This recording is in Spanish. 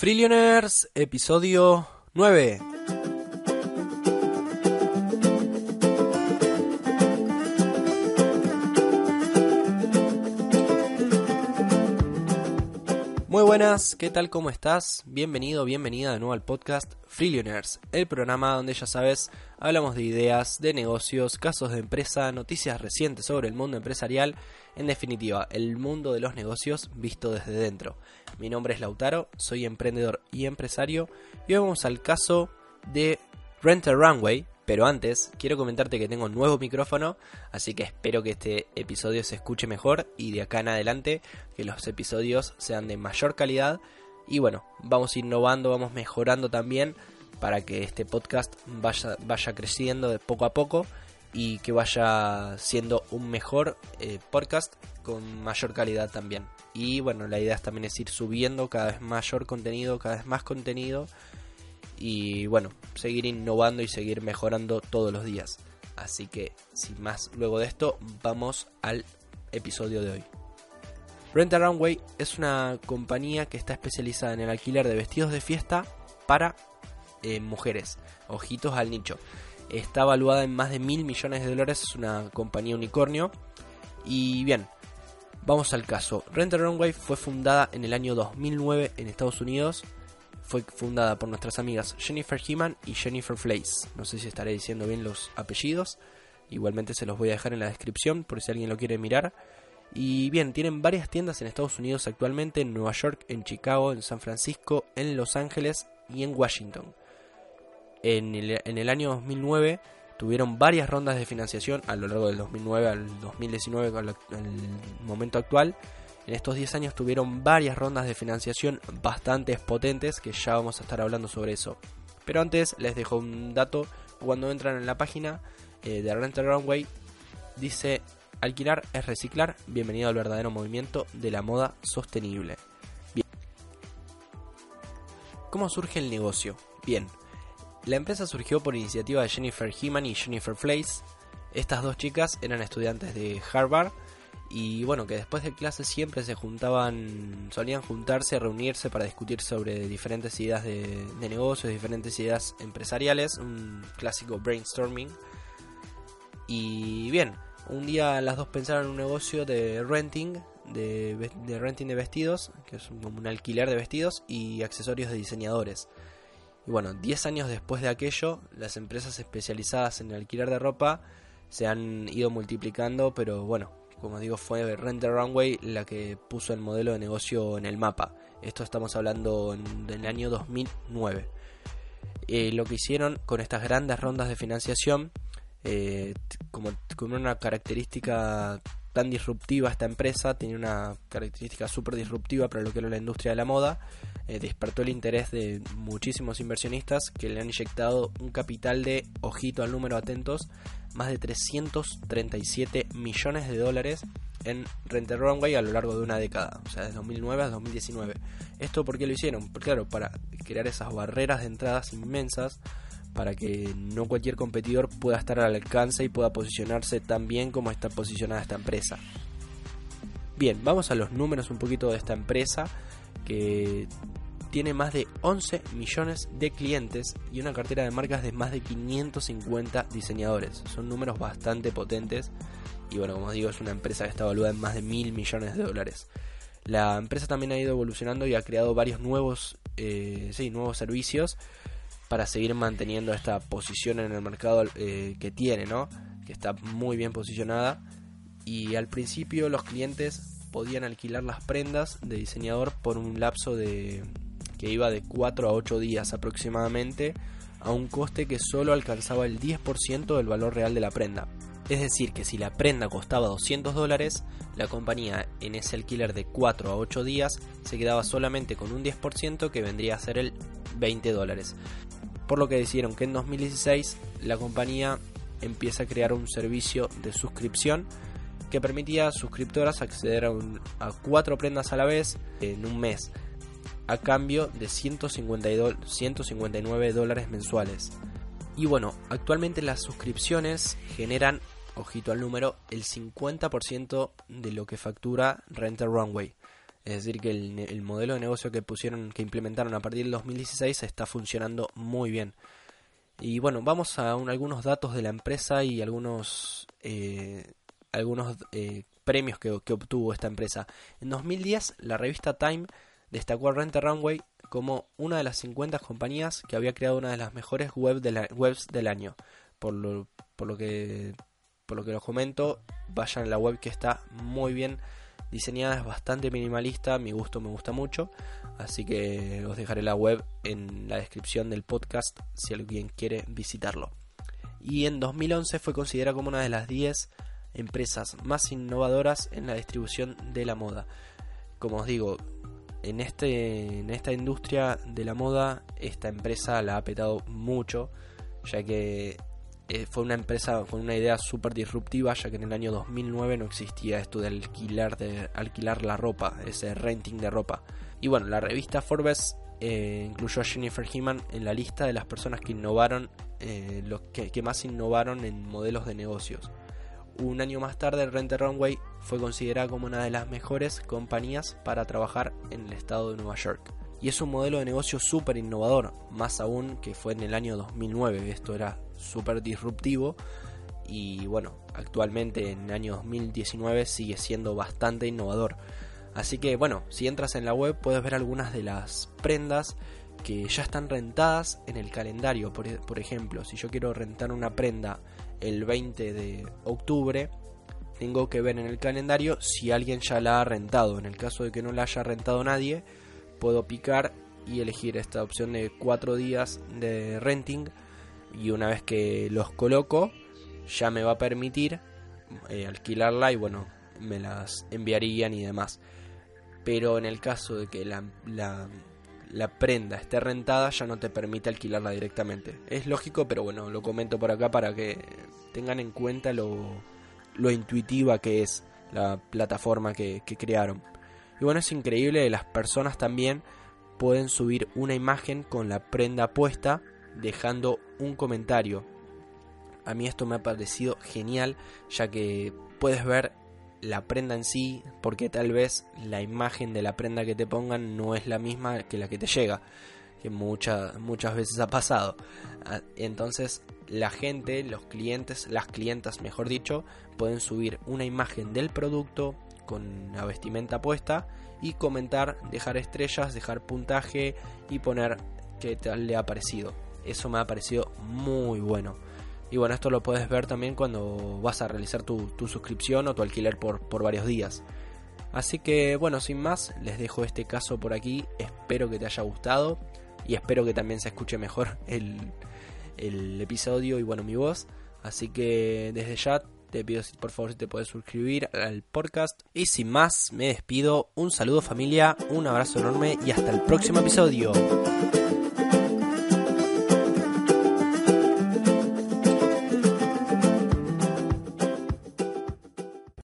Freelioners, episodio 9. Muy buenas, ¿qué tal? ¿Cómo estás? Bienvenido, bienvenida de nuevo al podcast Freelioners, el programa donde ya sabes, hablamos de ideas, de negocios, casos de empresa, noticias recientes sobre el mundo empresarial, en definitiva, el mundo de los negocios visto desde dentro. Mi nombre es Lautaro, soy emprendedor y empresario y hoy vamos al caso de Rent a Runway. Pero antes, quiero comentarte que tengo un nuevo micrófono, así que espero que este episodio se escuche mejor y de acá en adelante que los episodios sean de mayor calidad. Y bueno, vamos innovando, vamos mejorando también para que este podcast vaya creciendo de poco a poco y que vaya siendo un mejor podcast con mayor calidad también. Y bueno, la idea también es ir subiendo cada vez mayor contenido, cada vez más contenido. Y bueno, seguir innovando y seguir mejorando todos los días. Así que, sin más luego de esto, vamos al episodio de hoy. Rent a Runway es una compañía que está especializada en el alquiler de vestidos de fiesta para mujeres. Ojitos al nicho. Está valuada en más de $1.000 millones. Es una compañía unicornio. Y bien, vamos al caso. Rent a Runway fue fundada en el año 2009 en Estados Unidos. Fue fundada por nuestras amigas Jennifer Heeman y Jennifer Fleiss. No sé si estaré diciendo bien los apellidos. Igualmente se los voy a dejar en la descripción por si alguien lo quiere mirar. Y bien, tienen varias tiendas en Estados Unidos actualmente, en Nueva York, en Chicago, en San Francisco, en Los Ángeles y en Washington. En el año 2009 tuvieron varias rondas de financiación a lo largo del 2009 al 2019 al momento actual. En estos 10 años tuvieron varias rondas de financiación bastante potentes, que ya vamos a estar hablando sobre eso. Pero antes les dejo un dato. Cuando entran en la página de Rent a Runway, dice: alquilar es reciclar, bienvenido al verdadero movimiento de la moda sostenible. Bien. ¿Cómo surge el negocio? Bien, la empresa surgió por iniciativa de Jennifer Heeman y Jennifer Fleiss. Estas dos chicas eran estudiantes de Harvard. Y bueno, que después de clases siempre solían juntarse, reunirse para discutir sobre diferentes ideas de negocios, diferentes ideas empresariales, un clásico brainstorming. Y bien, un día las dos pensaron en un negocio de renting de vestidos, que es como un alquiler de vestidos y accesorios de diseñadores. Y bueno, 10 años después de aquello, las empresas especializadas en el alquiler de ropa se han ido multiplicando, pero bueno, como digo, fue Rent a Runway la que puso el modelo de negocio en el mapa. Esto estamos hablando del año 2009. Lo que hicieron con estas grandes rondas de financiación, como con una característica tan disruptiva, esta empresa tiene una característica súper disruptiva para lo que era la industria de la moda. Despertó el interés de muchísimos inversionistas que le han inyectado un capital de, ojito al número, atentos, más de $337 millones en Rent a Runway a lo largo de una década, o sea, de 2009 a 2019. ¿Esto por qué lo hicieron? Pues claro, para crear esas barreras de entradas inmensas, para que no cualquier competidor pueda estar al alcance y pueda posicionarse tan bien como está posicionada esta empresa. Bien, vamos a los números un poquito de esta empresa, que tiene más de 11 millones de clientes y una cartera de marcas de más de 550 diseñadores. Son números bastante potentes y bueno, como digo, es una empresa que está valuada en más de $1.000 millones. La empresa también ha ido evolucionando y ha creado varios nuevos servicios para seguir manteniendo esta posición en el mercado que tiene, ¿no? Que está muy bien posicionada. Y al principio los clientes podían alquilar las prendas de diseñador por un lapso que iba de 4 a 8 días aproximadamente, a un coste que solo alcanzaba el 10% del valor real de la prenda. Es decir, que si la prenda costaba $200, la compañía en ese alquiler de 4 a 8 días se quedaba solamente con un 10%, que vendría a ser el $20. Por lo que decidieron que en 2016 la compañía empieza a crear un servicio de suscripción que permitía a suscriptoras acceder a 4 prendas a la vez en un mes, a cambio de $159 mensuales. Y bueno, actualmente las suscripciones generan, ojito al número, el 50% de lo que factura Rent a Runway. Es decir, que el modelo de negocio que implementaron a partir del 2016 está funcionando muy bien. Y bueno, vamos a algunos datos de la empresa y algunos premios que obtuvo esta empresa. En 2010, la revista Time destacó a Rent a Runway como una de las 50 compañías que había creado una de las mejores webs del año. Por lo que los comento, vayan a la web, que está muy bien diseñada, es bastante minimalista, a mi gusto me gusta mucho, así que os dejaré la web en la descripción del podcast si alguien quiere visitarlo. Y en 2011 fue considerada como una de las 10 empresas más innovadoras en la distribución de la moda. Como os digo, en esta industria de la moda, esta empresa la ha petado mucho, ya que fue una empresa con una idea súper disruptiva, ya que en el año 2009 no existía esto de alquilar la ropa, ese renting de ropa. Y bueno, la revista Forbes incluyó a Jennifer Heman en la lista de las personas que innovaron, que más innovaron en modelos de negocios. Un año más tarde, Rent a Runway fue considerada como una de las mejores compañías para trabajar en el estado de Nueva York. Y es un modelo de negocio súper innovador, más aún que fue en el año 2009. Esto era súper disruptivo y bueno, actualmente en el año 2019 sigue siendo bastante innovador. Así que bueno, si entras en la web puedes ver algunas de las prendas que ya están rentadas en el calendario. Por ejemplo, si yo quiero rentar una prenda el 20 de octubre, tengo que ver en el calendario si alguien ya la ha rentado. En el caso de que no la haya rentado nadie, puedo picar y elegir esta opción de 4 días de renting, y una vez que los coloco ya me va a permitir alquilarla y bueno, me las enviarían y demás. Pero en el caso de que la prenda esté rentada, ya no te permite alquilarla directamente. Es lógico, pero bueno, lo comento por acá para que tengan en cuenta lo intuitiva que es la plataforma que crearon. Y bueno, es increíble, las personas también pueden subir una imagen con la prenda puesta dejando un comentario. A mí esto me ha parecido genial, ya que puedes ver la prenda en sí, porque tal vez la imagen de la prenda que te pongan no es la misma que la que te llega, que muchas veces ha pasado. Entonces la gente, los clientes, las clientas mejor dicho, pueden subir una imagen del producto con la vestimenta puesta y comentar, dejar estrellas, dejar puntaje y poner qué tal le ha parecido. Eso me ha parecido muy bueno. Y bueno, esto lo puedes ver también cuando vas a realizar tu suscripción o tu alquiler por varios días. Así que bueno, sin más, les dejo este caso por aquí. Espero que te haya gustado y espero que también se escuche mejor el episodio y bueno, mi voz. Así que desde ya te pido por favor si te puedes suscribir al podcast. Y sin más, me despido. Un saludo familia, un abrazo enorme y hasta el próximo episodio.